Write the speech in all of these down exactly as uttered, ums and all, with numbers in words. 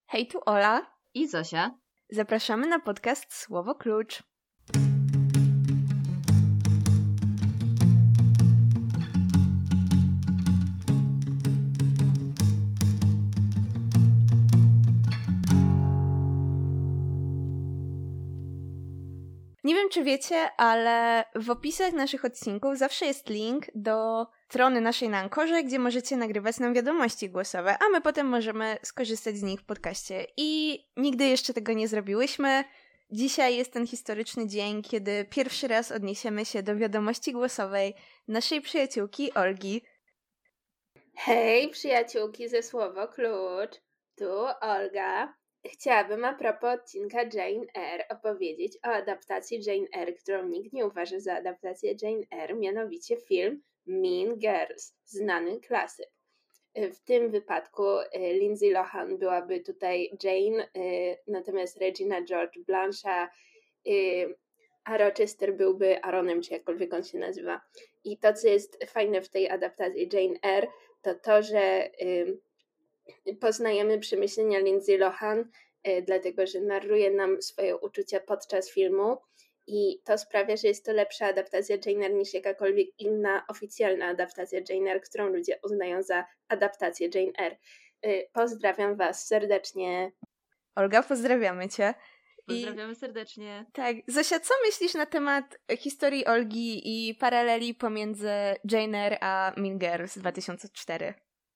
Hej, tu Ola i Zosia. Zapraszamy na podcast Słowo Klucz. Nie wiem, czy wiecie, ale w opisach naszych odcinków zawsze jest link do strony naszej na Ankorze, gdzie możecie nagrywać nam wiadomości głosowe, a my potem możemy skorzystać z nich w podcaście. I nigdy jeszcze tego nie zrobiłyśmy. Dzisiaj jest ten historyczny dzień, kiedy pierwszy raz odniesiemy się do wiadomości głosowej naszej przyjaciółki Olgi. Hej, przyjaciółki ze Słowo Klucz. Tu Olga. Chciałabym a propos odcinka Jane Eyre opowiedzieć o adaptacji Jane Eyre, którą nikt nie uważa za adaptację Jane Eyre, mianowicie film Mean Girls, znany klasyk. W tym wypadku Lindsay Lohan byłaby tutaj Jane, natomiast Regina George Blancha, a Rochester byłby Aaronem, czy jakkolwiek on się nazywa. I to, co jest fajne w tej adaptacji Jane Eyre, to to, że poznajemy przemyślenia Lindsay Lohan, dlatego że narruje nam swoje uczucia podczas filmu i to sprawia, że jest to lepsza adaptacja Jane Eyre niż jakakolwiek inna oficjalna adaptacja Jane Eyre, którą ludzie uznają za adaptację Jane Eyre. Pozdrawiam Was serdecznie. Olga, pozdrawiamy Cię. Pozdrawiamy I... serdecznie. Tak, Zosia, co myślisz na temat historii Olgi i paraleli pomiędzy Jane Eyre a Mean Girls dwa tysiące cztery?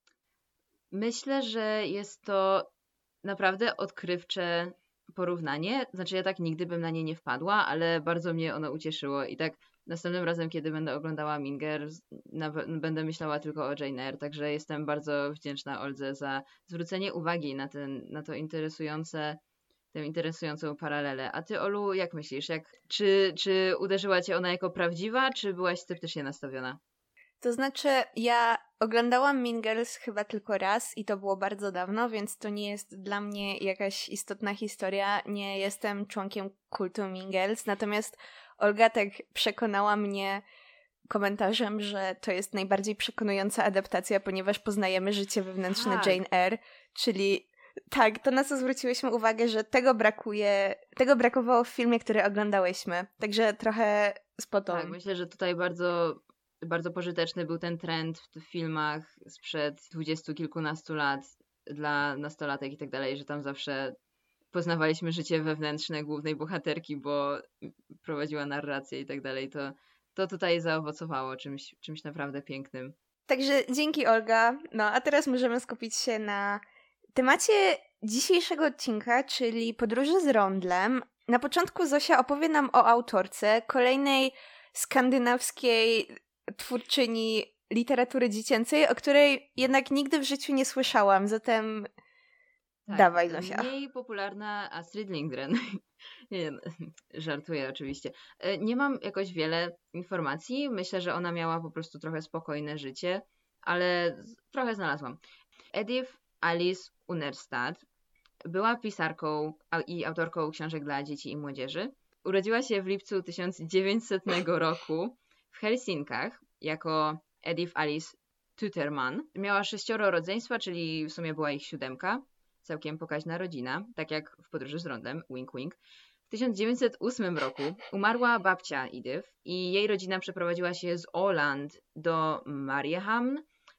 Myślę, że jest to naprawdę odkrywcze porównanie. Znaczy ja tak nigdy bym na nie nie wpadła, ale bardzo mnie ono ucieszyło i tak następnym razem, kiedy będę oglądała Mean Girls, na- będę myślała tylko o Jane Eyre, także jestem bardzo wdzięczna Oldze za zwrócenie uwagi na, ten, na to interesujące, tę interesującą paralelę. A ty, Olu, jak myślisz? Jak, czy, czy uderzyła cię ona jako prawdziwa, czy byłaś sceptycznie nastawiona? To znaczy, ja oglądałam Mean Girls chyba tylko raz i to było bardzo dawno, więc to nie jest dla mnie jakaś istotna historia. Nie jestem członkiem kultu Mean Girls, natomiast Olga tak przekonała mnie komentarzem, że to jest najbardziej przekonująca adaptacja, ponieważ poznajemy życie wewnętrzne tak. Jane Eyre, czyli tak, to na co zwróciłyśmy uwagę, że tego brakuje, tego brakowało w filmie, który oglądałyśmy, także trochę spotą. Tak, myślę, że tutaj bardzo... Bardzo pożyteczny był ten trend w filmach sprzed dwudziestu kilkunastu lat dla nastolatek i tak dalej, że tam zawsze poznawaliśmy życie wewnętrzne głównej bohaterki, bo prowadziła narrację i tak dalej. To, to tutaj zaowocowało czymś, czymś naprawdę pięknym. Także dzięki, Olga. No a teraz możemy skupić się na temacie dzisiejszego odcinka, czyli podróży z Rondlem. Na początku Zosia opowie nam o autorce, kolejnej skandynawskiej twórczyni literatury dziecięcej, o której jednak nigdy w życiu nie słyszałam, zatem tak, dawaj, Zosia. Mniej popularna Astrid Lindgren. Nie, żartuję oczywiście. Nie mam jakoś wiele informacji. Myślę, że ona miała po prostu trochę spokojne życie, ale trochę znalazłam. Edith Alice Unnerstad była pisarką i autorką książek dla dzieci i młodzieży. Urodziła się w lipcu tysiąc dziewięćsetnego roku w Helsinkach jako Edith Alice Tuterman. Miała sześcioro rodzeństwa, czyli w sumie była ich siódemka. Całkiem pokaźna rodzina, tak jak w Podróży z Rondem, wink wink. W tysiąc dziewięćset ósmym roku umarła babcia Edith i jej rodzina przeprowadziła się z Åland do Mariehamn,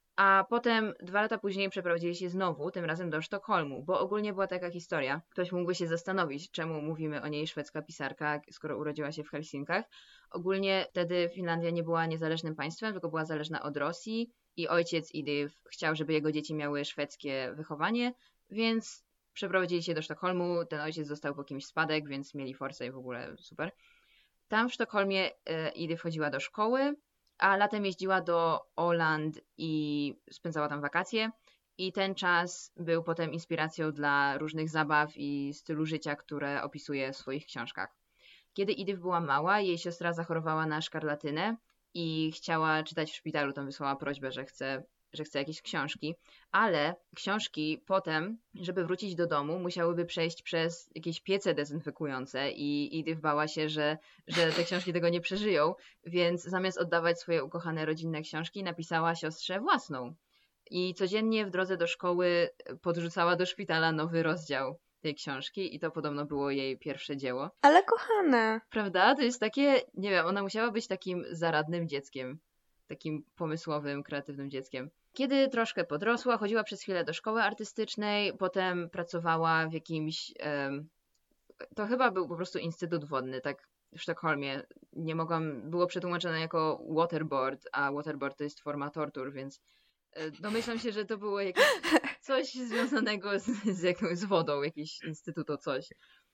a potem dwa lata później przeprowadzili się znowu, tym razem do Sztokholmu, bo ogólnie była taka historia. Ktoś mógłby się zastanowić, czemu mówimy o niej szwedzka pisarka, skoro urodziła się w Helsinkach. Ogólnie wtedy Finlandia nie była niezależnym państwem, tylko była zależna od Rosji i ojciec Edith chciał, żeby jego dzieci miały szwedzkie wychowanie, więc przeprowadzili się do Sztokholmu. Ten ojciec dostał po kimś spadek, więc mieli forsę i w ogóle super. Tam w Sztokholmie Edith chodziła do szkoły, a latem jeździła do Åland i spędzała tam wakacje i ten czas był potem inspiracją dla różnych zabaw i stylu życia, które opisuje w swoich książkach. Kiedy Edith była mała, jej siostra zachorowała na szkarlatynę i chciała czytać w szpitalu, tam wysłała prośbę, że chce, że chce jakieś książki, ale książki potem, żeby wrócić do domu, musiałyby przejść przez jakieś piece dezynfekujące i Edith bała się, że, że te książki tego nie przeżyją, więc zamiast oddawać swoje ukochane rodzinne książki, napisała siostrze własną. i codziennie w drodze do szkoły podrzucała do szpitala nowy rozdział tej książki i to podobno było jej pierwsze dzieło. Ale kochane. Prawda? To jest takie, nie wiem, ona musiała być takim zaradnym dzieckiem. Takim pomysłowym, kreatywnym dzieckiem. Kiedy troszkę podrosła, chodziła przez chwilę do szkoły artystycznej, potem pracowała w jakimś... Um, to chyba był po prostu Instytut Wodny, tak w Sztokholmie. Nie mogłam... Było przetłumaczone jako waterboard, a waterboard to jest forma tortur, więc domyślam się, że to było jakieś coś związanego z, z, jakąś, z wodą, jakiś instytut o coś.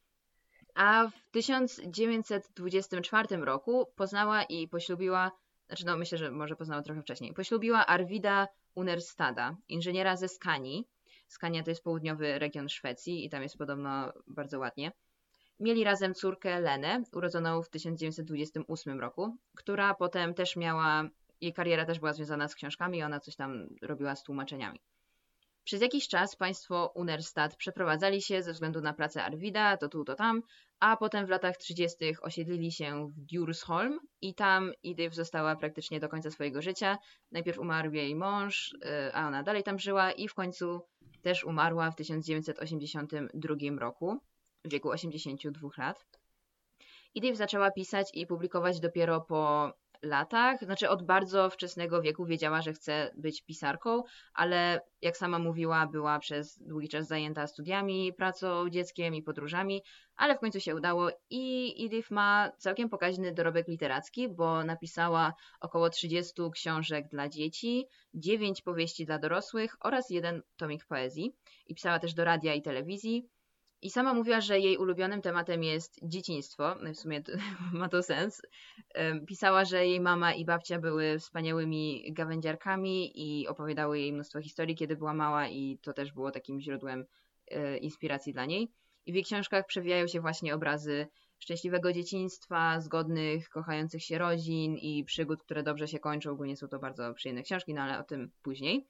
A w tysiąc dziewięćset dwudziestym czwartym roku poznała i poślubiła, znaczy no myślę, że może poznała trochę wcześniej, poślubiła Arvida Unerstada, inżyniera ze Skanii. Skania to jest południowy region Szwecji i tam jest podobno bardzo ładnie. Mieli razem córkę Lenę, urodzoną w tysiąc dziewięćset dwudziestym ósmym roku, która potem też miała, jej kariera też była związana z książkami i ona coś tam robiła z tłumaczeniami. Przez jakiś czas państwo Unerstad przeprowadzali się ze względu na pracę Arvida, to tu, to tam, a potem w latach trzydziestych osiedlili się w Djursholm i tam Edith została praktycznie do końca swojego życia. Najpierw umarł jej mąż, a ona dalej tam żyła i w końcu też umarła w tysiąc dziewięćset osiemdziesiątym drugim roku, w wieku osiemdziesięciu dwóch lat. Edith zaczęła pisać i publikować dopiero po latach, znaczy od bardzo wczesnego wieku wiedziała, że chce być pisarką, ale jak sama mówiła, była przez długi czas zajęta studiami, pracą, dzieckiem i podróżami, ale w końcu się udało i Edith ma całkiem pokaźny dorobek literacki, bo napisała około trzydzieści książek dla dzieci, dziewięć powieści dla dorosłych oraz jeden tomik poezji i pisała też do radia i telewizji. I sama mówiła, że jej ulubionym tematem jest dzieciństwo, no w sumie to, ma to sens. Pisała, że jej mama i babcia były wspaniałymi gawędziarkami i opowiadały jej mnóstwo historii, kiedy była mała i to też było takim źródłem inspiracji dla niej. I w jej książkach przewijają się właśnie obrazy szczęśliwego dzieciństwa, zgodnych, kochających się rodzin i przygód, które dobrze się kończą. Ogólnie są to bardzo przyjemne książki, no ale o tym później.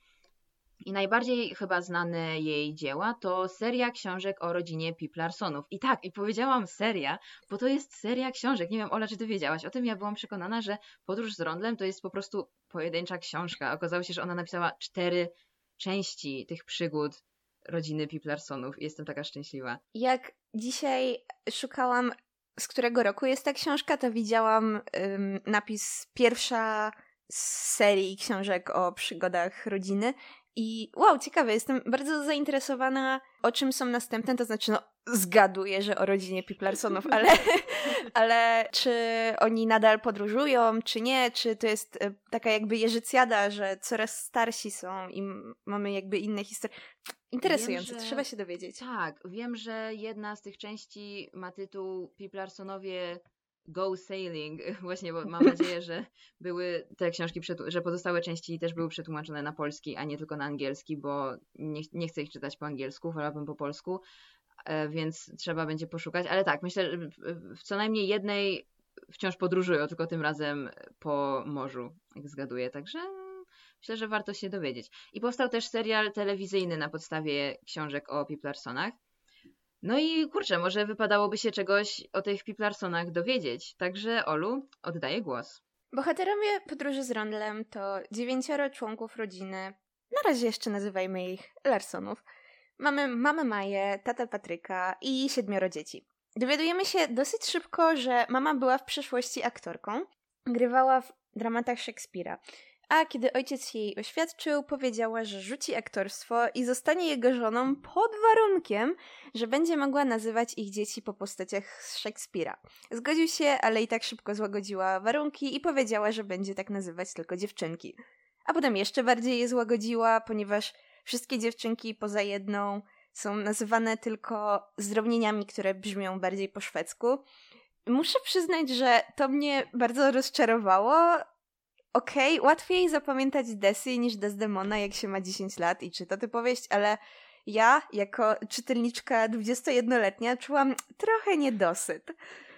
I najbardziej chyba znane jej dzieła to seria książek o rodzinie Pip Larsonów. I tak, i powiedziałam seria, bo to jest seria książek. Nie wiem, Ola, czy ty wiedziałaś o tym? Ja byłam przekonana, że Podróż z Rondlem to jest po prostu pojedyncza książka. Okazało się, że ona napisała cztery części tych przygód rodziny Pip Larsonów. Jestem taka szczęśliwa. Jak dzisiaj szukałam, z którego roku jest ta książka, to widziałam ym, napis pierwsza z serii książek o przygodach rodziny. I wow, ciekawe, jestem bardzo zainteresowana, o czym są następne, to znaczy no zgaduję, że o rodzinie Pip Larsonów, ale, ale czy oni nadal podróżują, czy nie, czy to jest taka jakby jeżycjada, że coraz starsi są i mamy jakby inne historie. Interesujące, wiem, że... trzeba się dowiedzieć. Tak, wiem, że jedna z tych części ma tytuł Pip Larsonowie Go Sailing, właśnie, bo mam nadzieję, że były te książki, że pozostałe części też były przetłumaczone na polski, a nie tylko na angielski, bo nie, nie chcę ich czytać po angielsku, wolałabym po polsku, więc trzeba będzie poszukać, ale tak, myślę, że w co najmniej jednej wciąż podróżują, tylko tym razem po morzu, jak zgaduję, także myślę, że warto się dowiedzieć. I powstał też serial telewizyjny na podstawie książek o Pip Larsonach. No i kurczę, może wypadałoby się czegoś o tych Pip Larsonach dowiedzieć. Także Olu, oddaję głos. Bohaterowie Podróży z Rondlem to dziewięcioro członków rodziny. Na razie jeszcze nazywajmy ich Larsonów. Mamy mamę Maję, tatę Patryka i siedmioro dzieci. Dowiadujemy się dosyć szybko, że mama była w przeszłości aktorką. Grywała w dramatach Szekspira. A kiedy ojciec jej oświadczył, powiedziała, że rzuci aktorstwo i zostanie jego żoną pod warunkiem, że będzie mogła nazywać ich dzieci po postaciach z Szekspira. Zgodził się, ale i tak szybko złagodziła warunki i powiedziała, że będzie tak nazywać tylko dziewczynki. A potem jeszcze bardziej je złagodziła, ponieważ wszystkie dziewczynki poza jedną są nazywane tylko zdrobnieniami, które brzmią bardziej po szwedzku. Muszę przyznać, że to mnie bardzo rozczarowało. Okej, okay, łatwiej zapamiętać Desi niż Desdemona, jak się ma dziesięć lat i czyta tę powieść, ale ja, jako czytelniczka dwudziestojednoletnia, czułam trochę niedosyt.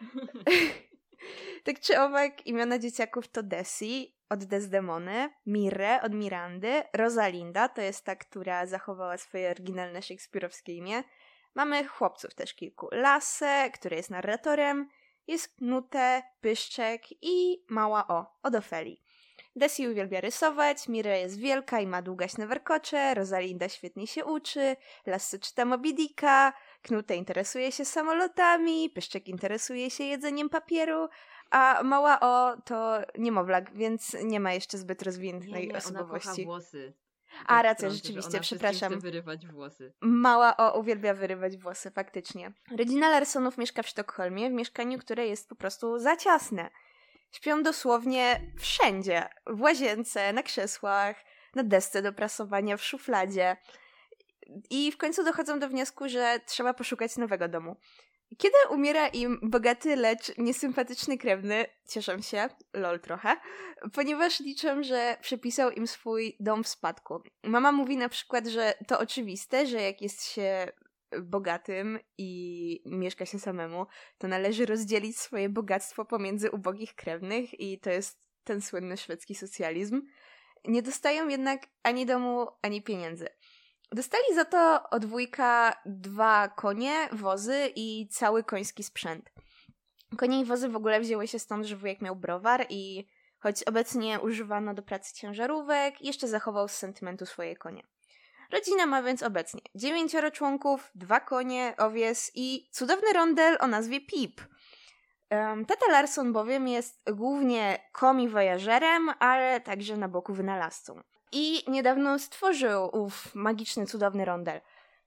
Tak czy owak, imiona dzieciaków to Desi od Desdemony, Mirre od Mirandy, Rosalinda, to jest ta, która zachowała swoje oryginalne szekspirowskie imię. Mamy chłopców też kilku. Lasse, który jest narratorem, jest Knute, Pyszczek i mała O od Ofeli. Desi uwielbia rysować, Mira jest wielka i ma długaśne warkocze, Rosalinda świetnie się uczy, Lassie czyta Moby Dicka, Knute interesuje się samolotami, Pyszczek interesuje się jedzeniem papieru, a mała O to niemowlak, więc nie ma jeszcze zbyt rozwiniętej nie, nie, osobowości. Ona kocha włosy. A, racja, rzeczywiście, ona przepraszam. Chce wyrywać włosy. Mała O uwielbia wyrywać włosy, faktycznie. Rodzina Larsonów mieszka w Sztokholmie, w mieszkaniu, które jest po prostu za ciasne. Śpią dosłownie wszędzie. W łazience, na krzesłach, na desce do prasowania, w szufladzie. I w końcu dochodzą do wniosku, że trzeba poszukać nowego domu. Kiedy umiera im bogaty, lecz niesympatyczny krewny, cieszą się, lol trochę, ponieważ liczą, że przepisał im swój dom w spadku. Mama mówi na przykład, że to oczywiste, że jak jest się bogatym i mieszka się samemu, to należy rozdzielić swoje bogactwo pomiędzy ubogich krewnych i to jest ten słynny szwedzki socjalizm. Nie dostają jednak ani domu, ani pieniędzy. Dostali za to od wujka dwa konie, wozy i cały koński sprzęt. Konie i wozy w ogóle wzięły się stąd, że wujek miał browar i choć obecnie używano do pracy ciężarówek, jeszcze zachował z sentymentu swoje konie. Rodzina ma więc obecnie dziewięcioro członków, dwa konie, owies i cudowny rondel o nazwie Pip. Um, tata Larson bowiem jest głównie komi-wojażerem, ale także na boku wynalazcą. I niedawno stworzył ów magiczny, cudowny rondel.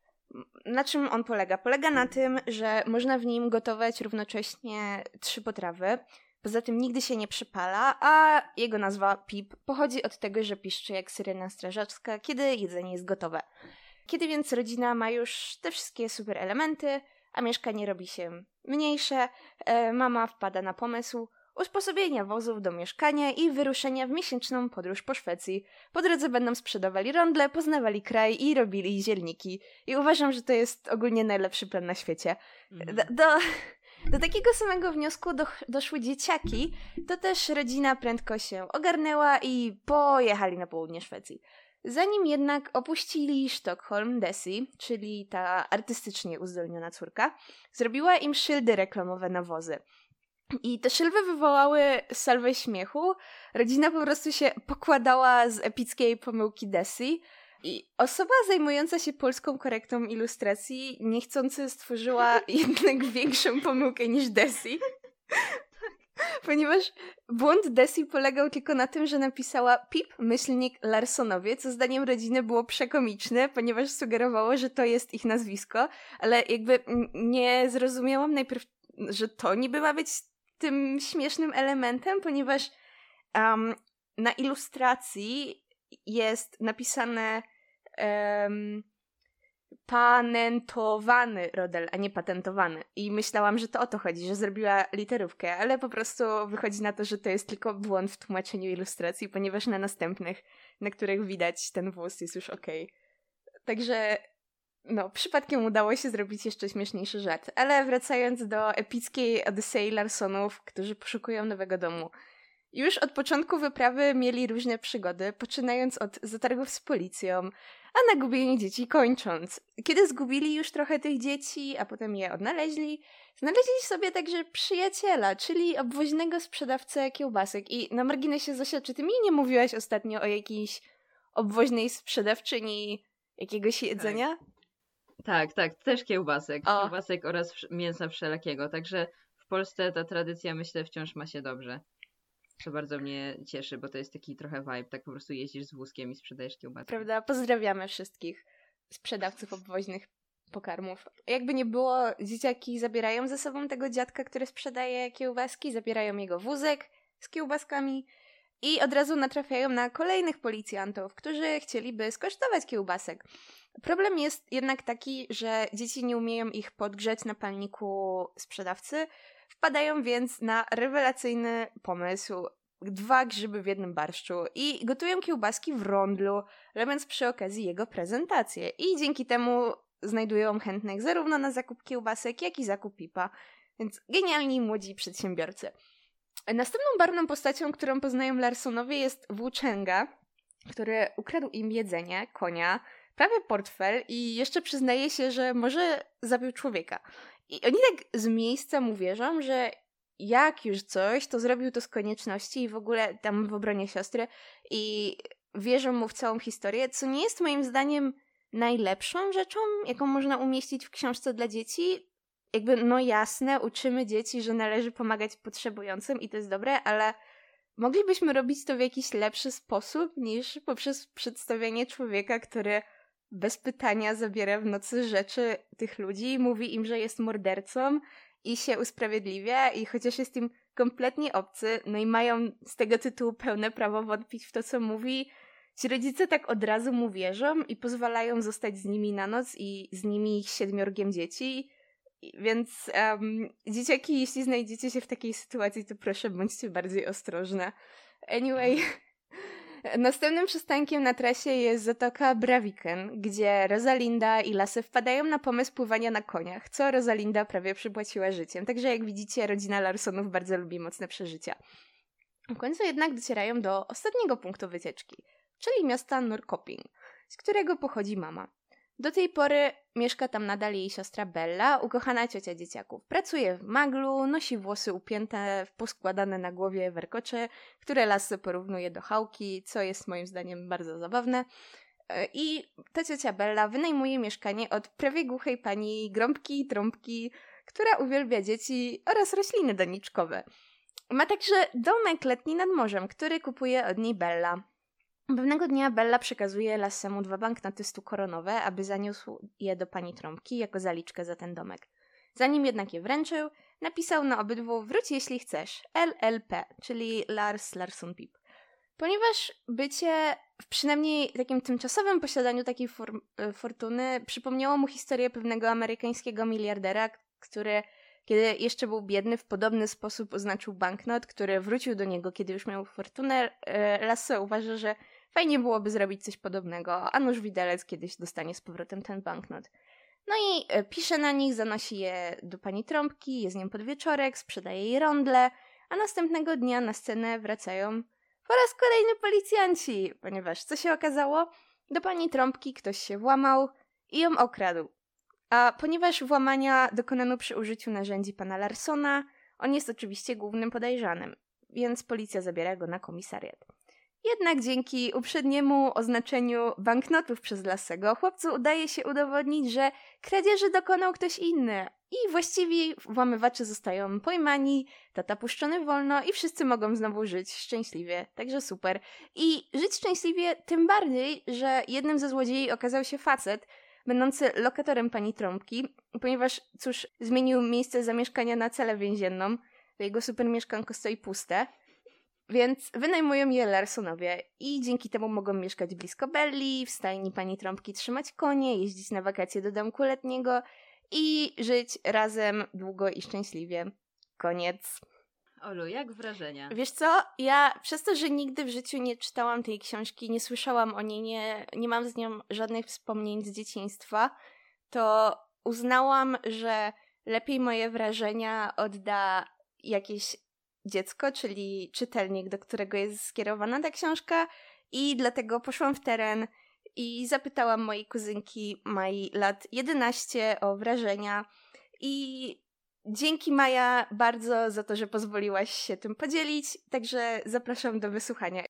Na czym on polega? Polega na tym, że można w nim gotować równocześnie trzy potrawy. Poza tym nigdy się nie przypala, a jego nazwa Pip pochodzi od tego, że piszczy jak syrena strażacka, kiedy jedzenie jest gotowe. Kiedy więc rodzina ma już te wszystkie super elementy, a mieszkanie robi się mniejsze, e, mama wpada na pomysł usposobienia wozów do mieszkania i wyruszenia w miesięczną podróż po Szwecji. Po drodze będą sprzedawali rondle, poznawali kraj i robili zielniki. I uważam, że to jest ogólnie najlepszy plan na świecie. Mhm. Do, do, do takiego samego wniosku do, doszły dzieciaki, to też rodzina prędko się ogarnęła i pojechali na południe Szwecji. Zanim jednak opuścili Sztokholm, Desi, czyli ta artystycznie uzdolniona córka, zrobiła im szyldy reklamowe na wozy. I te szyldy wywołały salwę śmiechu. Rodzina po prostu się pokładała z epickiej pomyłki Desi. I osoba zajmująca się polską korektą ilustracji niechcący stworzyła jednak większą pomyłkę niż Desi. Ponieważ błąd Desi polegał tylko na tym, że napisała Pip myślnik Larsonowie, co zdaniem rodziny było przekomiczne, ponieważ sugerowało, że to jest ich nazwisko, ale jakby nie zrozumiałam najpierw, że to niby ma być tym śmiesznym elementem, ponieważ um, na ilustracji jest napisane um, panentowany rodel, a nie patentowany. I myślałam, że to o to chodzi, że zrobiła literówkę, ale po prostu wychodzi na to, że to jest tylko błąd w tłumaczeniu ilustracji, ponieważ na następnych, na których widać ten włos, jest już okej. Okay. Także no, przypadkiem udało się zrobić jeszcze śmieszniejszy żart. Ale wracając do epickiej Odysei Larsonów, którzy poszukują nowego domu. Już od początku wyprawy mieli różne przygody, poczynając od zatargów z policją, a na gubieniu dzieci kończąc. Kiedy zgubili już trochę tych dzieci, a potem je odnaleźli, znaleźli sobie także przyjaciela, czyli obwoźnego sprzedawcę kiełbasek. I na marginesie, Zosia, czy ty mi nie mówiłaś ostatnio o jakiejś obwoźnej sprzedawczyni jakiegoś jedzenia? Tak, tak, też kiełbasek. O. Kiełbasek oraz mięsa wszelakiego. Także w Polsce ta tradycja, myślę, wciąż ma się dobrze. Co bardzo mnie cieszy, bo to jest taki trochę vibe, tak po prostu jeździsz z wózkiem i sprzedajesz kiełbaskę. Prawda? Pozdrawiamy wszystkich sprzedawców obwoźnych pokarmów. Jakby nie było, dzieciaki zabierają ze sobą tego dziadka, który sprzedaje kiełbaski, zabierają jego wózek z kiełbaskami i od razu natrafiają na kolejnych policjantów, którzy chcieliby skosztować kiełbasek. Problem jest jednak taki, że dzieci nie umieją ich podgrzać na palniku sprzedawcy, wpadają więc na rewelacyjny pomysł. Dwa grzyby w jednym barszczu i gotują kiełbaski w rondlu, robiąc przy okazji jego prezentację. I dzięki temu znajdują chętnych zarówno na zakup kiełbasek, jak i zakup pipa. Więc genialni młodzi przedsiębiorcy. Następną barwną postacią, którą poznają Larsonowie, jest włóczęga, który ukradł im jedzenie, konia, prawie portfel i jeszcze przyznaje się, że może zabił człowieka. I oni tak z miejsca mu wierzą, że jak już coś, to zrobił to z konieczności i w ogóle tam w obronie siostry i wierzę mu w całą historię, co nie jest moim zdaniem najlepszą rzeczą, jaką można umieścić w książce dla dzieci. Jakby, no jasne, uczymy dzieci, że należy pomagać potrzebującym i to jest dobre, ale moglibyśmy robić to w jakiś lepszy sposób niż poprzez przedstawianie człowieka, który bez pytania zabiera w nocy rzeczy tych ludzi, mówi im, że jest mordercą i się usprawiedliwia i chociaż jest im kompletnie obcy, no i mają z tego tytułu pełne prawo wątpić w to, co mówi, ci rodzice tak od razu mu wierzą i pozwalają zostać z nimi na noc i z nimi ich siedmiorgiem dzieci. Więc um, dzieciaki, jeśli znajdziecie się w takiej sytuacji, to proszę bądźcie bardziej ostrożne. Anyway, następnym przystankiem na trasie jest Zatoka Braviken, gdzie Rosalinda i Lasse wpadają na pomysł pływania na koniach, co Rosalinda prawie przypłaciła życiem. Także jak widzicie, rodzina Larsonów bardzo lubi mocne przeżycia. W końcu jednak docierają do ostatniego punktu wycieczki, czyli miasta Norrköping, z którego pochodzi mama. Do tej pory mieszka tam nadal jej siostra Bella, ukochana ciocia dzieciaków. Pracuje w maglu, nosi włosy upięte, poskładane na głowie warkocze, które Lasse porównuje do chałki, co jest moim zdaniem bardzo zabawne. I ta ciocia Bella wynajmuje mieszkanie od prawie głuchej pani Grąbki Trąbki, która uwielbia dzieci oraz rośliny doniczkowe. Ma także domek letni nad morzem, który kupuje od niej Bella. Pewnego dnia Bella przekazuje Lassemu dwa banknoty stu koronowe, aby zaniósł je do pani Trąbki jako zaliczkę za ten domek. Zanim jednak je wręczył, napisał na obydwu wróć jeśli chcesz, L L P, czyli Lars Larsson Pip. Ponieważ bycie w przynajmniej takim tymczasowym posiadaniu takiej for- fortuny przypomniało mu historię pewnego amerykańskiego miliardera, który, kiedy jeszcze był biedny, w podobny sposób oznaczył banknot, który wrócił do niego, kiedy już miał fortunę. Lasse uważa, że fajnie byłoby zrobić coś podobnego, a nuż widelec kiedyś dostanie z powrotem ten banknot. No i pisze na nich, zanosi je do pani Trąbki, je z nią pod wieczorek, sprzedaje jej rondle, a następnego dnia na scenę wracają po raz kolejny policjanci, ponieważ co się okazało? Do pani Trąbki ktoś się włamał i ją okradł. A ponieważ włamania dokonano przy użyciu narzędzi pana Larsona, on jest oczywiście głównym podejrzanym, więc policja zabiera go na komisariat. Jednak dzięki uprzedniemu oznaczeniu banknotów przez Lassego chłopcu udaje się udowodnić, że kradzieży dokonał ktoś inny i właściwie włamywacze zostają pojmani, tata puszczony wolno i wszyscy mogą znowu żyć szczęśliwie, także super. I żyć szczęśliwie tym bardziej, że jednym ze złodziei okazał się facet, będący lokatorem pani Trąbki, ponieważ, cóż, zmienił miejsce zamieszkania na celę więzienną, to jego super mieszkanko stoi puste, więc wynajmują je Larsonowie i dzięki temu mogą mieszkać blisko Belli, w stajni pani Trąbki trzymać konie, jeździć na wakacje do domku letniego i żyć razem długo i szczęśliwie. Koniec. Olu, jak wrażenia? Wiesz co, ja przez to, że nigdy w życiu nie czytałam tej książki, nie słyszałam o niej, nie, nie mam z nią żadnych wspomnień z dzieciństwa, to uznałam, że lepiej moje wrażenia odda jakieś dziecko, czyli czytelnik, do którego jest skierowana ta książka i dlatego poszłam w teren i zapytałam mojej kuzynki Mai lat jedenaście o wrażenia i dzięki Maja bardzo za to, że pozwoliłaś się tym podzielić, także zapraszam do wysłuchania.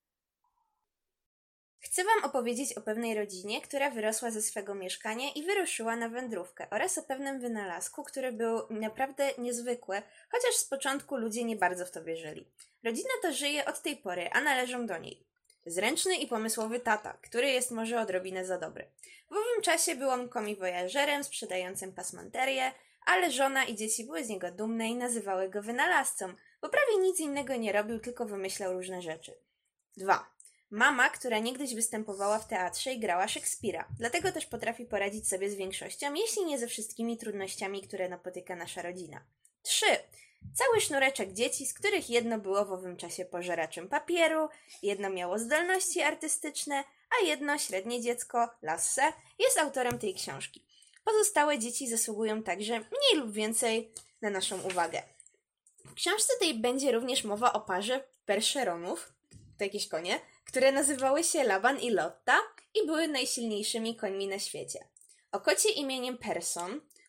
Chcę wam opowiedzieć o pewnej rodzinie, która wyrosła ze swego mieszkania i wyruszyła na wędrówkę oraz o pewnym wynalazku, który był naprawdę niezwykły, chociaż z początku ludzie nie bardzo w to wierzyli. Rodzina ta żyje od tej pory, a należą do niej. Zręczny i pomysłowy tata, który jest może odrobinę za dobry. W owym czasie był on komiwojażerem sprzedającym pasmanterię, ale żona i dzieci były z niego dumne i nazywały go wynalazcą, bo prawie nic innego nie robił, tylko wymyślał różne rzeczy. dwa. Mama, która niegdyś występowała w teatrze i grała Szekspira, dlatego też potrafi poradzić sobie z większością, jeśli nie ze wszystkimi trudnościami, które napotyka nasza rodzina. trzy. Cały sznureczek dzieci, z których jedno było w owym czasie pożeraczem papieru, jedno miało zdolności artystyczne, a jedno, średnie dziecko, Lasse, jest autorem tej książki. Pozostałe dzieci zasługują także mniej lub więcej na naszą uwagę. W książce tej będzie również mowa o parze Percheronów, to jakieś konie, które nazywały się Laban i Lotta i były najsilniejszymi końmi na świecie. O kocie imieniem Person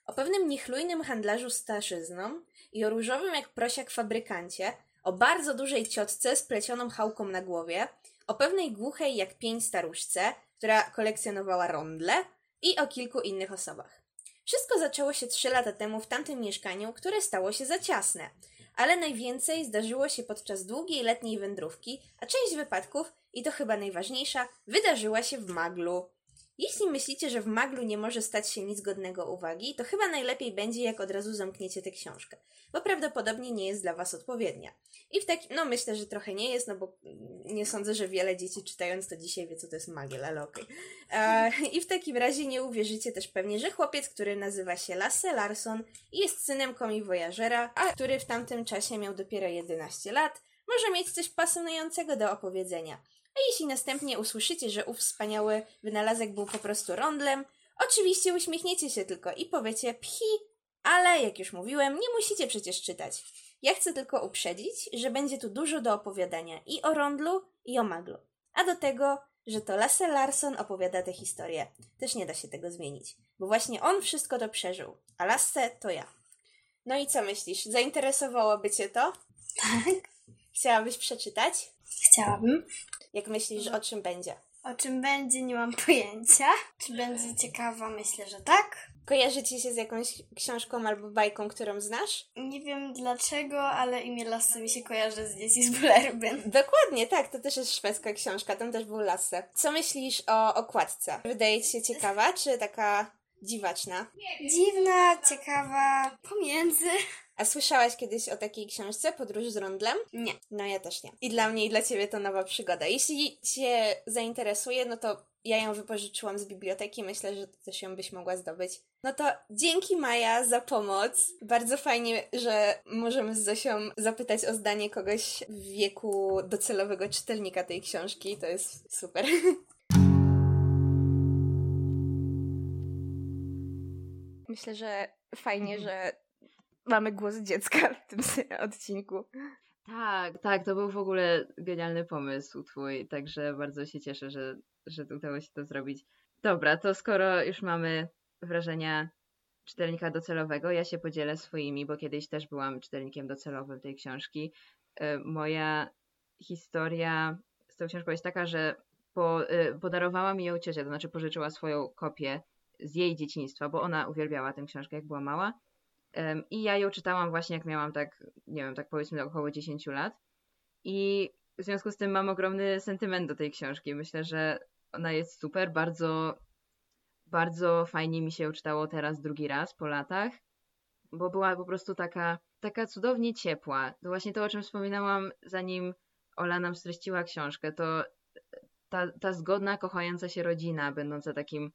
o pewnym niechlujnym handlarzu staszyzną i o różowym jak prosiak fabrykancie, o bardzo dużej ciotce z plecioną chałką na głowie, o pewnej głuchej jak pień staruszce, która kolekcjonowała rondle i o kilku innych osobach. Wszystko zaczęło się trzy lata temu w tamtym mieszkaniu, które stało się za ciasne, ale najwięcej zdarzyło się podczas długiej letniej wędrówki, a część wypadków, i to chyba najważniejsza, wydarzyła się w Maglu. Jeśli myślicie, że w Maglu nie może stać się nic godnego uwagi, to chyba najlepiej będzie, jak od razu zamkniecie tę książkę, bo prawdopodobnie nie jest dla was odpowiednia. I w takim, no myślę, że trochę nie jest, no bo nie sądzę, że wiele dzieci czytając to dzisiaj wie, co to jest Magiel, ale okej. Okay. I w takim razie nie uwierzycie też pewnie, że chłopiec, który nazywa się Lasse Larsson i jest synem komiwojażera, a który w tamtym czasie miał dopiero jedenaście lat, może mieć coś pasjonującego do opowiedzenia. A jeśli następnie usłyszycie, że ów wspaniały wynalazek był po prostu rondlem, oczywiście uśmiechniecie się tylko i powiecie pchi, ale jak już mówiłem, nie musicie przecież czytać. Ja chcę tylko uprzedzić, że będzie tu dużo do opowiadania i o rondlu, i o Maglu. A do tego, że to Lasse Larsson opowiada tę historię. Też nie da się tego zmienić, bo właśnie on wszystko to przeżył, a Lasse to ja. No i co myślisz? Zainteresowałoby cię to? Tak. Chciałabyś przeczytać? Chciałabym. Jak myślisz, o czym będzie? O czym będzie, nie mam pojęcia. Czy będzie ciekawa? Myślę, że tak. Kojarzycie się z jakąś książką albo bajką, którą znasz? Nie wiem dlaczego, ale imię Lasse mi się kojarzy z Dzieci z Bullerbyn. Dokładnie, tak. To też jest szwedzka książka. Tam też był Lasse. Co myślisz o okładce? Wydaje ci się ciekawa, czy taka dziwaczna? Dziwna, ciekawa, pomiędzy. A słyszałaś kiedyś o takiej książce, Podróż z rondlem? Nie. No ja też nie. I dla mnie i dla ciebie to nowa przygoda. Jeśli cię zainteresuje, no to ja ją wypożyczyłam z biblioteki. Myślę, że też ją byś mogła zdobyć. No to dzięki, Maja, za pomoc. Bardzo fajnie, że możemy z Zosią zapytać o zdanie kogoś w wieku docelowego czytelnika tej książki. To jest super. Myślę, że fajnie, że mamy głos dziecka w tym odcinku. Tak, tak, to był w ogóle genialny pomysł twój, także bardzo się cieszę, że, że udało się to zrobić. Dobra, to skoro już mamy wrażenia czytelnika docelowego, ja się podzielę swoimi, bo kiedyś też byłam czytelnikiem docelowym tej książki. Moja historia z tą książką jest taka, że po, podarowała mi ją ciocia, to znaczy pożyczyła swoją kopię z jej dzieciństwa, bo ona uwielbiała tę książkę, jak była mała. I ja ją czytałam właśnie jak miałam tak, nie wiem, tak powiedzmy około dziesięć lat. I w związku z tym mam ogromny sentyment do tej książki. Myślę, że ona jest super, bardzo, bardzo fajnie mi się ją czytało teraz drugi raz po latach, bo była po prostu taka, taka cudownie ciepła. To właśnie to, o czym wspominałam, zanim Ola nam streściła książkę, to ta, ta zgodna, kochająca się rodzina, będąca takim,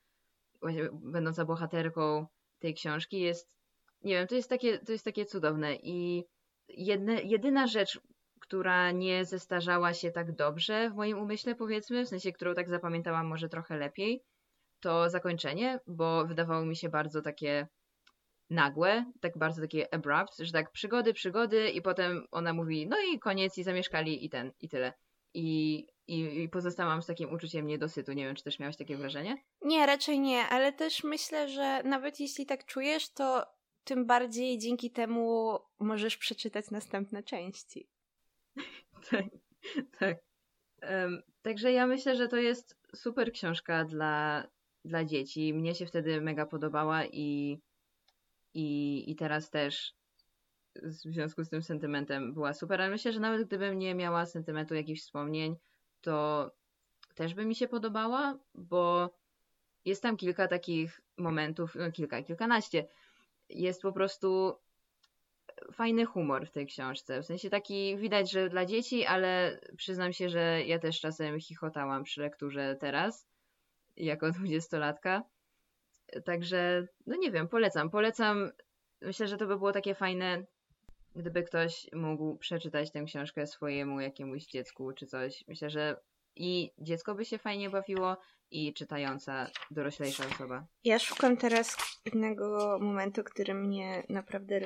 będąca bohaterką tej książki jest, nie wiem, to jest takie, to jest takie cudowne i jedne, jedyna rzecz, która nie zestarzała się tak dobrze w moim umyśle, powiedzmy, w sensie, którą tak zapamiętałam może trochę lepiej, to zakończenie, bo wydawało mi się bardzo takie nagłe, tak bardzo takie abrupt, że tak przygody, przygody i potem ona mówi, no i koniec i zamieszkali i ten, i tyle. I, i, i pozostałam z takim uczuciem niedosytu. Nie wiem, czy też miałaś takie wrażenie? Nie, raczej nie, ale też myślę, że nawet jeśli tak czujesz, to tym bardziej dzięki temu możesz przeczytać następne części. tak, tak. Um, także ja myślę, że to jest super książka dla, dla dzieci. Mnie się wtedy mega podobała i, i, i teraz też w związku z tym sentymentem była super, ale myślę, że nawet gdybym nie miała sentymentu jakichś wspomnień, to też by mi się podobała, bo jest tam kilka takich momentów, no kilka, kilkanaście. Jest po prostu fajny humor w tej książce. W sensie taki widać, że dla dzieci, ale przyznam się, że ja też czasem chichotałam przy lekturze teraz, jako dwudziestolatka. Także, no nie wiem, polecam. Polecam. Myślę, że to by było takie fajne, gdyby ktoś mógł przeczytać tę książkę swojemu jakiemuś dziecku czy coś. Myślę, że i dziecko by się fajnie bawiło i czytająca doroślejsza osoba. Ja szukam teraz innego momentu, który mnie naprawdę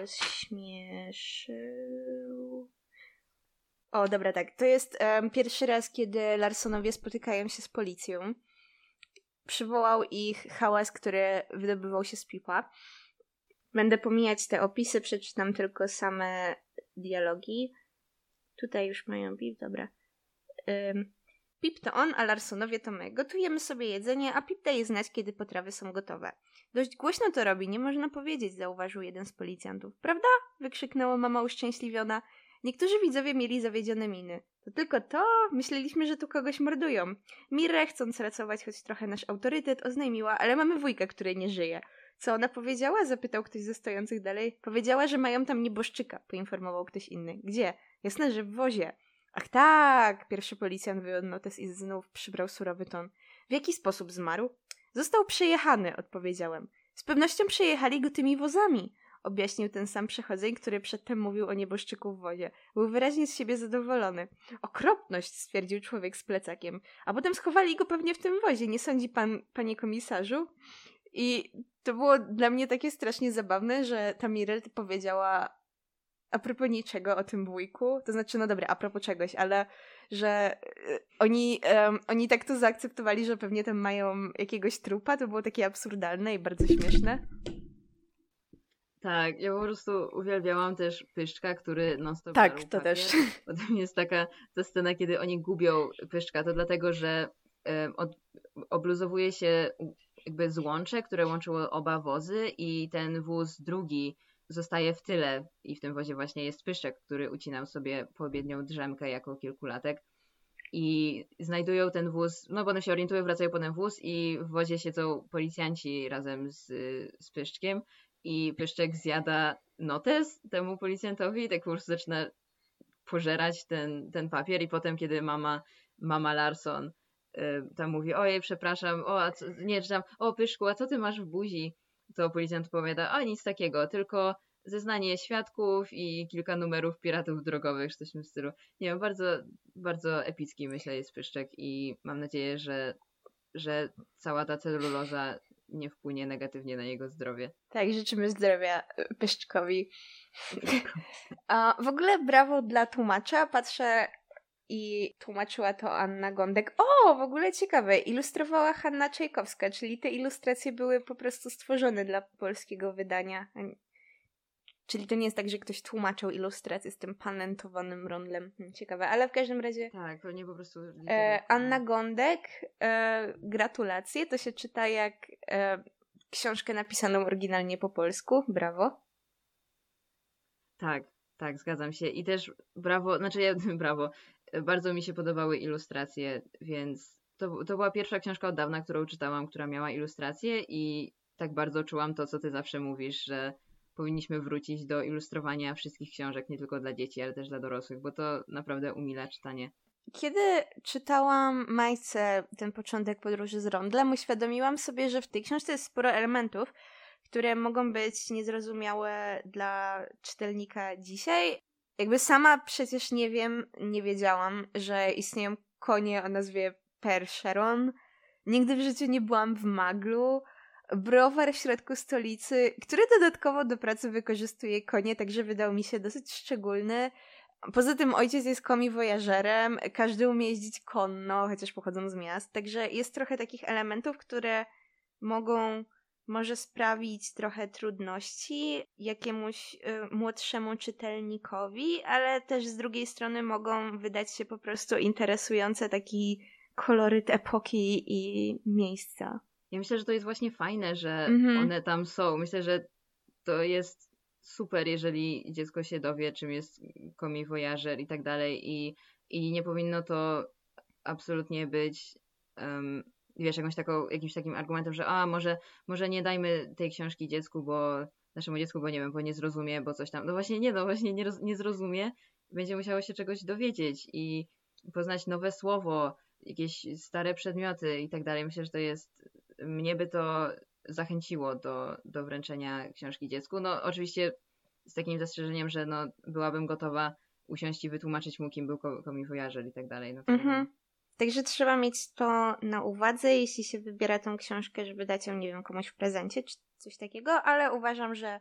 rozśmieszył. O, dobra, tak. To jest um, pierwszy raz, kiedy Larsonowie spotykają się z policją. Przywołał ich hałas, który wydobywał się z pipa. Będę pomijać te opisy, przeczytam tylko same dialogi. Tutaj już mają Pip, dobra. Ym. Pip to on, a Larsonowie to my. Gotujemy sobie jedzenie, a Pip daje znać, kiedy potrawy są gotowe. Dość głośno to robi, nie można powiedzieć, zauważył jeden z policjantów. Prawda? Wykrzyknęła mama uszczęśliwiona. Niektórzy widzowie mieli zawiedzione miny. To tylko to? Myśleliśmy, że tu kogoś mordują. Mirre, chcąc racować choć trochę nasz autorytet, oznajmiła, ale mamy wujka, który nie żyje. Co ona powiedziała? Zapytał ktoś ze stojących dalej. Powiedziała, że mają tam nieboszczyka, poinformował ktoś inny. Gdzie? Jasne, że w wozie. Ach tak, pierwszy policjant wyjął notes i znów przybrał surowy ton. W jaki sposób zmarł? Został przejechany, odpowiedziałem. Z pewnością przejechali go tymi wozami, objaśnił ten sam przechodzień, który przedtem mówił o nieboszczyku w wozie. Był wyraźnie z siebie zadowolony. Okropność, stwierdził człowiek z plecakiem. A potem schowali go pewnie w tym wozie, nie sądzi pan, panie komisarzu? I to było dla mnie takie strasznie zabawne, że ta Mirel powiedziała a propos niczego o tym wujku, to znaczy, no dobra, a propos czegoś, ale że y, oni, um, oni tak to zaakceptowali, że pewnie tam mają jakiegoś trupa, to było takie absurdalne i bardzo śmieszne. Tak, ja po prostu uwielbiałam też Pyszczka, który non-stop Tak, żarł to papier. też. Potem jest taka ta scena, kiedy oni gubią Pyszczka, to dlatego, że um, od, obluzowuje się jakby złącze, które łączyło oba wozy i ten wóz drugi zostaje w tyle i w tym wozie właśnie jest Pyszczek, który ucinał sobie poobiednią drzemkę jako kilkulatek i znajdują ten wóz, no potem się orientują, wracają po ten wóz i w wozie siedzą policjanci razem z, z Pyszczkiem i Pyszczek zjada notes temu policjantowi i tak po prostu zaczyna pożerać ten, ten papier i potem kiedy mama, mama Larson y, tam mówi, ojej przepraszam, o, a co, nie, czy tam, o Pyszku, a co ty masz w buzi? To policjant powiada, a nic takiego, tylko zeznanie świadków i kilka numerów piratów drogowych, czy coś w tym stylu. Nie wiem, bardzo, bardzo epicki, myślę, jest Pyszczek i mam nadzieję, że, że cała ta celuloza nie wpłynie negatywnie na jego zdrowie. Tak, życzymy zdrowia Pyszczkowi. A w ogóle brawo dla tłumacza. Patrzę i tłumaczyła to Anna Gądek. O, w ogóle ciekawe. Ilustrowała Hanna Czajkowska, czyli te ilustracje były po prostu stworzone dla polskiego wydania. Czyli to nie jest tak, że ktoś tłumaczył ilustrację z tym patentowanym rondlem. Ciekawe, ale w każdym razie... Tak, to nie po prostu... E, Anna Gądek, e, gratulacje. To się czyta jak e, książkę napisaną oryginalnie po polsku. Brawo. Tak, tak, zgadzam się. I też brawo, znaczy ja, brawo, bardzo mi się podobały ilustracje, więc to, to była pierwsza książka od dawna, którą czytałam, która miała ilustracje i tak bardzo czułam to, co ty zawsze mówisz, że powinniśmy wrócić do ilustrowania wszystkich książek, nie tylko dla dzieci, ale też dla dorosłych, bo to naprawdę umila czytanie. Kiedy czytałam Majce ten początek podróży z rondlem, uświadomiłam sobie, że w tej książce jest sporo elementów, które mogą być niezrozumiałe dla czytelnika dzisiaj. Jakby sama przecież nie wiem, nie wiedziałam, że istnieją konie o nazwie Percheron. Nigdy w życiu nie byłam w Maglu. Browar w środku stolicy, który dodatkowo do pracy wykorzystuje konie, także wydał mi się dosyć szczególny. Poza tym ojciec jest komiwojażerem, każdy umie jeździć konno, chociaż pochodzą z miast, także jest trochę takich elementów, które mogą może sprawić trochę trudności jakiemuś y, młodszemu czytelnikowi, ale też z drugiej strony mogą wydać się po prostu interesujące, taki koloryt epoki i miejsca. Ja myślę, że to jest właśnie fajne, że Mhm. one tam są. Myślę, że to jest super, jeżeli dziecko się dowie, czym jest komiwojażer i tak dalej i, i nie powinno to absolutnie być um, wiesz, jakąś taką, jakimś takim argumentem, że a może, może nie dajmy tej książki dziecku, bo naszemu dziecku, bo nie wiem, bo nie zrozumie, bo coś tam. No właśnie nie, no właśnie nie, roz, nie zrozumie. Będzie musiało się czegoś dowiedzieć i poznać nowe słowo, jakieś stare przedmioty i tak dalej. Myślę, że to jest, mnie by to zachęciło do, do wręczenia książki dziecku. No oczywiście z takim zastrzeżeniem, że no byłabym gotowa usiąść i wytłumaczyć mu, kim był komiwojażer i tak dalej. No to Mhm. Także trzeba mieć to na uwadze, jeśli się wybiera tą książkę, żeby dać ją, nie wiem, komuś w prezencie czy coś takiego, ale uważam, że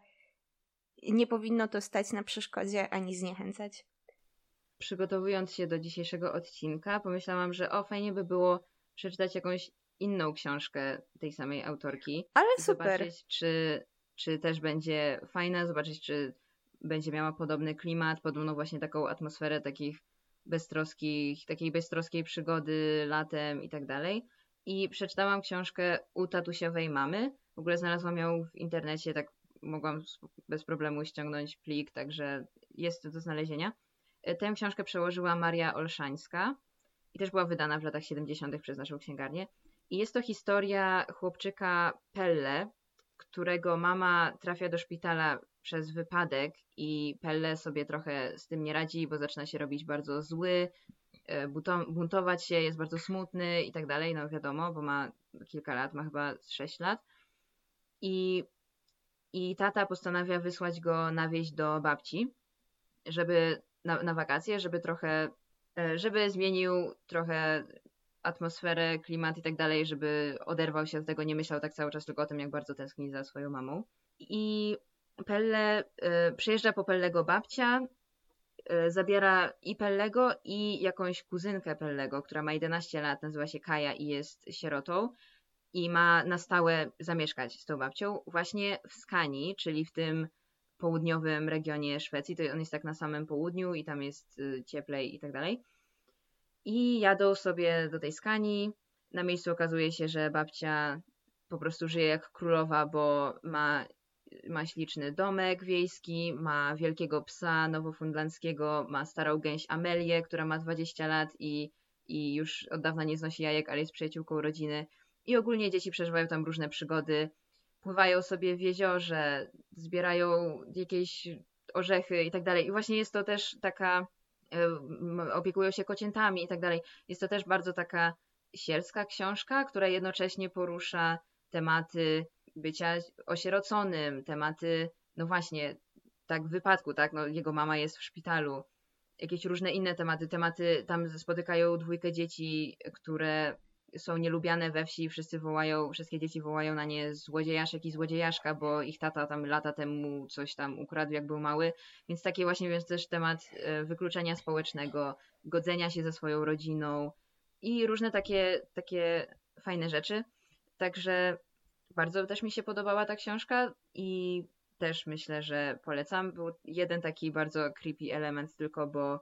nie powinno to stać na przeszkodzie ani zniechęcać. Przygotowując się do dzisiejszego odcinka, pomyślałam, że o, fajnie by było przeczytać jakąś inną książkę tej samej autorki. Ale i super. Zobaczyć, czy, czy też będzie fajna, zobaczyć, czy będzie miała podobny klimat, podobną właśnie taką atmosferę takich beztroskich, takiej beztroskiej przygody latem i tak dalej. I przeczytałam książkę U tatusiowej mamy. W ogóle znalazłam ją w internecie, tak mogłam bez problemu ściągnąć plik, także jest do znalezienia. Tę książkę przełożyła Maria Olszańska i też była wydana w latach siedemdziesiątych przez naszą księgarnię. I jest to historia chłopczyka Pelle, którego mama trafia do szpitala przez wypadek i Pelle sobie trochę z tym nie radzi, bo zaczyna się robić bardzo zły, buntować się, jest bardzo smutny i tak dalej, no wiadomo, bo ma kilka lat, ma chyba sześć lat. I, i tata postanawia wysłać go na wieś do babci, żeby na, na wakacje, żeby trochę, żeby zmienił trochę atmosferę, klimat i tak dalej, żeby oderwał się od tego, nie myślał tak cały czas tylko o tym, jak bardzo tęskni za swoją mamą. I Pelle, przyjeżdża po Pellego babcia, zabiera i Pellego i jakąś kuzynkę Pellego, która ma jedenaście lat, nazywa się Kaja i jest sierotą i ma na stałe zamieszkać z tą babcią właśnie w Skanii, czyli w tym południowym regionie Szwecji. To on jest tak na samym południu i tam jest cieplej i tak dalej. I jadą sobie do tej Skanii. Na miejscu okazuje się, że babcia po prostu żyje jak królowa, bo ma, ma śliczny domek wiejski, ma wielkiego psa nowofundlandzkiego, ma starą gęś Amelię, która ma dwadzieścia lat i, i już od dawna nie znosi jajek, ale jest przyjaciółką rodziny. I ogólnie dzieci przeżywają tam różne przygody. Pływają sobie w jeziorze, zbierają jakieś orzechy i tak dalej. I właśnie jest to też taka... opiekują się kociętami i tak dalej. Jest to też bardzo taka sielska książka, która jednocześnie porusza tematy bycia osieroconym, tematy, no właśnie, tak w wypadku, tak, no jego mama jest w szpitalu, jakieś różne inne tematy, tematy, tam spotykają dwójkę dzieci, które są nielubiane we wsi, wszyscy wołają, wszystkie dzieci wołają na nie złodziejaszek i złodziejaszka, bo ich tata tam lata temu coś tam ukradł, jak był mały, więc taki właśnie jest też temat wykluczenia społecznego, godzenia się ze swoją rodziną i różne takie, takie fajne rzeczy, także bardzo też mi się podobała ta książka i też myślę, że polecam. Był jeden taki bardzo creepy element tylko, bo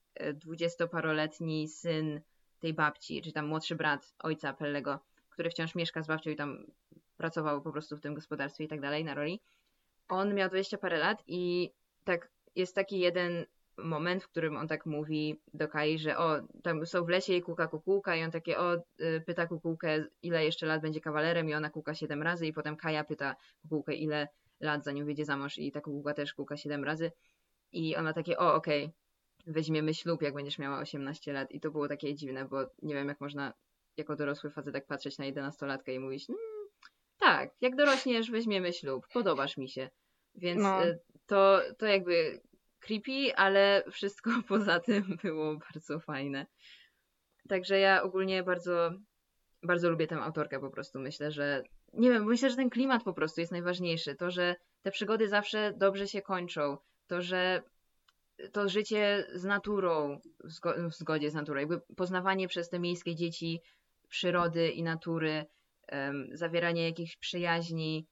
dwudziestoparoletni syn tej babci, czy tam młodszy brat ojca Pellego, który wciąż mieszka z babcią i tam pracował po prostu w tym gospodarstwie i tak dalej na roli. On miał dwadzieścia parę lat i tak jest taki jeden moment, w którym on tak mówi do Kai, że o, tam są w lesie i kuka kukułka i on takie o, pyta kukułkę, ile jeszcze lat będzie kawalerem i ona kuka siedem razy i potem Kaja pyta kukułkę, ile lat zanim wyjdzie za mąż i ta kukułka też kuka siedem razy i ona takie o, okej, okay, weźmiemy ślub, jak będziesz miała osiemnaście lat. I to było takie dziwne, bo nie wiem, jak można jako dorosły facet tak patrzeć na jedenastolatkę i mówić mmm, tak, jak dorośniesz, weźmiemy ślub, podobasz mi się. Więc no. to, to jakby creepy, ale wszystko poza tym było bardzo fajne. Także ja ogólnie bardzo, bardzo lubię tę autorkę po prostu. Myślę, że nie wiem, myślę, że ten klimat po prostu jest najważniejszy. To, że te przygody zawsze dobrze się kończą. To, że to życie z naturą, w zgodzie z naturą, jakby poznawanie przez te miejskie dzieci przyrody i natury, um, zawieranie jakichś przyjaźni,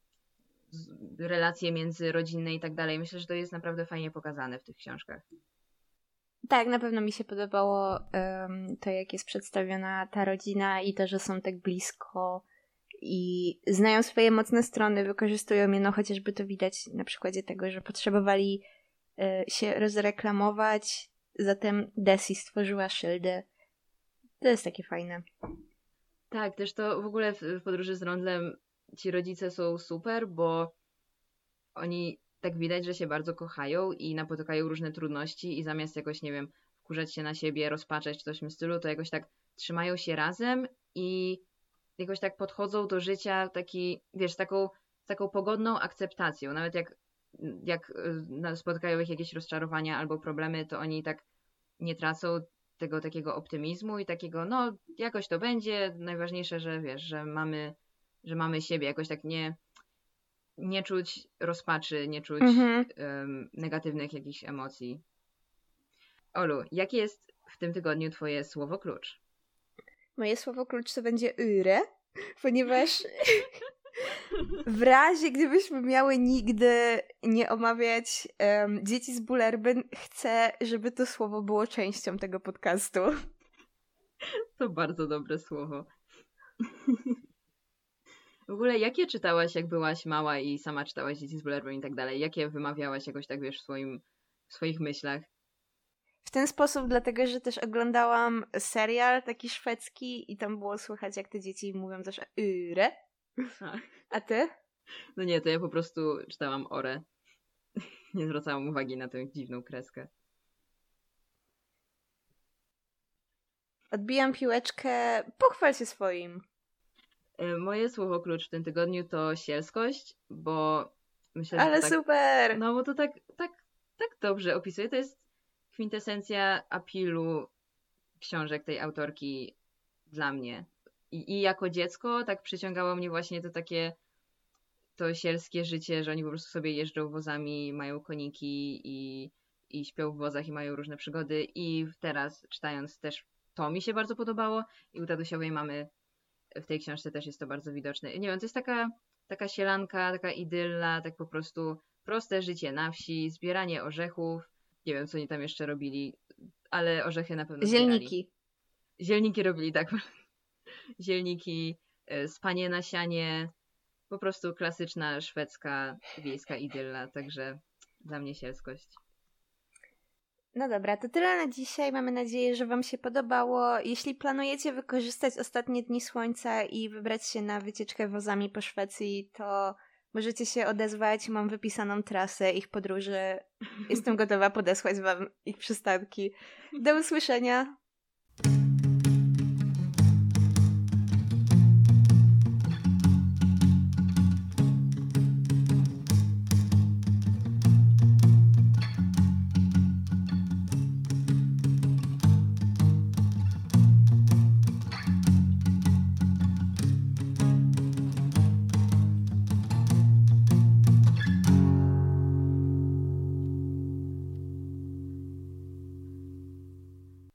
relacje międzyrodzinne i tak dalej. Myślę, że to jest naprawdę fajnie pokazane w tych książkach. Tak, na pewno mi się podobało um, to, jak jest przedstawiona ta rodzina i to, że są tak blisko i znają swoje mocne strony, wykorzystują je, no chociażby to widać na przykładzie tego, że potrzebowali się rozreklamować, zatem Desi stworzyła szyldy. To jest takie fajne. Tak, też to w ogóle w, w Podróży z Rondlem ci rodzice są super, bo oni tak widać, że się bardzo kochają i napotykają różne trudności i zamiast jakoś, nie wiem, wkurzać się na siebie, rozpaczać czy coś w tym stylu, to jakoś tak trzymają się razem i jakoś tak podchodzą do życia taki, wiesz, z taką, z taką pogodną akceptacją. Nawet jak jak spotkają ich jakieś rozczarowania albo problemy, to oni tak nie tracą tego takiego optymizmu i takiego, no jakoś to będzie, najważniejsze, że wiesz, że mamy, że mamy siebie, jakoś tak nie, nie czuć rozpaczy, nie czuć mhm. um, negatywnych jakichś emocji. Olu, jakie jest w tym tygodniu twoje słowo klucz? Moje słowo klucz to będzie ure, ponieważ W razie, gdybyśmy miały nigdy nie omawiać um, dzieci z Bullerbyn, chcę, żeby to słowo było częścią tego podcastu. To bardzo dobre słowo. W ogóle, jakie czytałaś, jak byłaś mała i sama czytałaś Dzieci z Bullerbyn i tak dalej? Jakie wymawiałaś jakoś tak, wiesz, w, swoim, w swoich myślach? W ten sposób, dlatego, że też oglądałam serial taki szwedzki i tam było słychać, jak te dzieci mówią też ure. A ty? No nie, to ja po prostu czytałam Ore. Nie zwracałam uwagi na tę dziwną kreskę. Odbijam piłeczkę. Pochwal się swoim. Moje słowo klucz w tym tygodniu to sielskość, bo myślę, Ale że to tak, super! no bo to tak, tak, tak dobrze opisuje. To jest kwintesencja apilu książek tej autorki dla mnie. I, I jako dziecko tak przyciągało mnie właśnie to takie to sielskie życie, że oni po prostu sobie jeżdżą wozami, mają koniki i, i śpią w wozach i mają różne przygody. I teraz czytając też to mi się bardzo podobało i u tatusiowej mamy w tej książce też jest to bardzo widoczne. Nie wiem, to jest taka, taka sielanka, taka idylla, tak po prostu proste życie na wsi, zbieranie orzechów. Nie wiem, co oni tam jeszcze robili, ale orzechy na pewno zbierali. Zielniki. Zielniki robili, tak. Zielniki, spanie na sianie. Po prostu klasyczna szwedzka wiejska idylla, także dla mnie sielskość. No dobra, to tyle na dzisiaj. Mamy nadzieję, że wam się podobało. Jeśli planujecie wykorzystać ostatnie dni słońca i wybrać się na wycieczkę wozami po Szwecji, to możecie się odezwać. Mam wypisaną trasę ich podróży. Jestem gotowa podesłać wam ich przystanki. Do usłyszenia.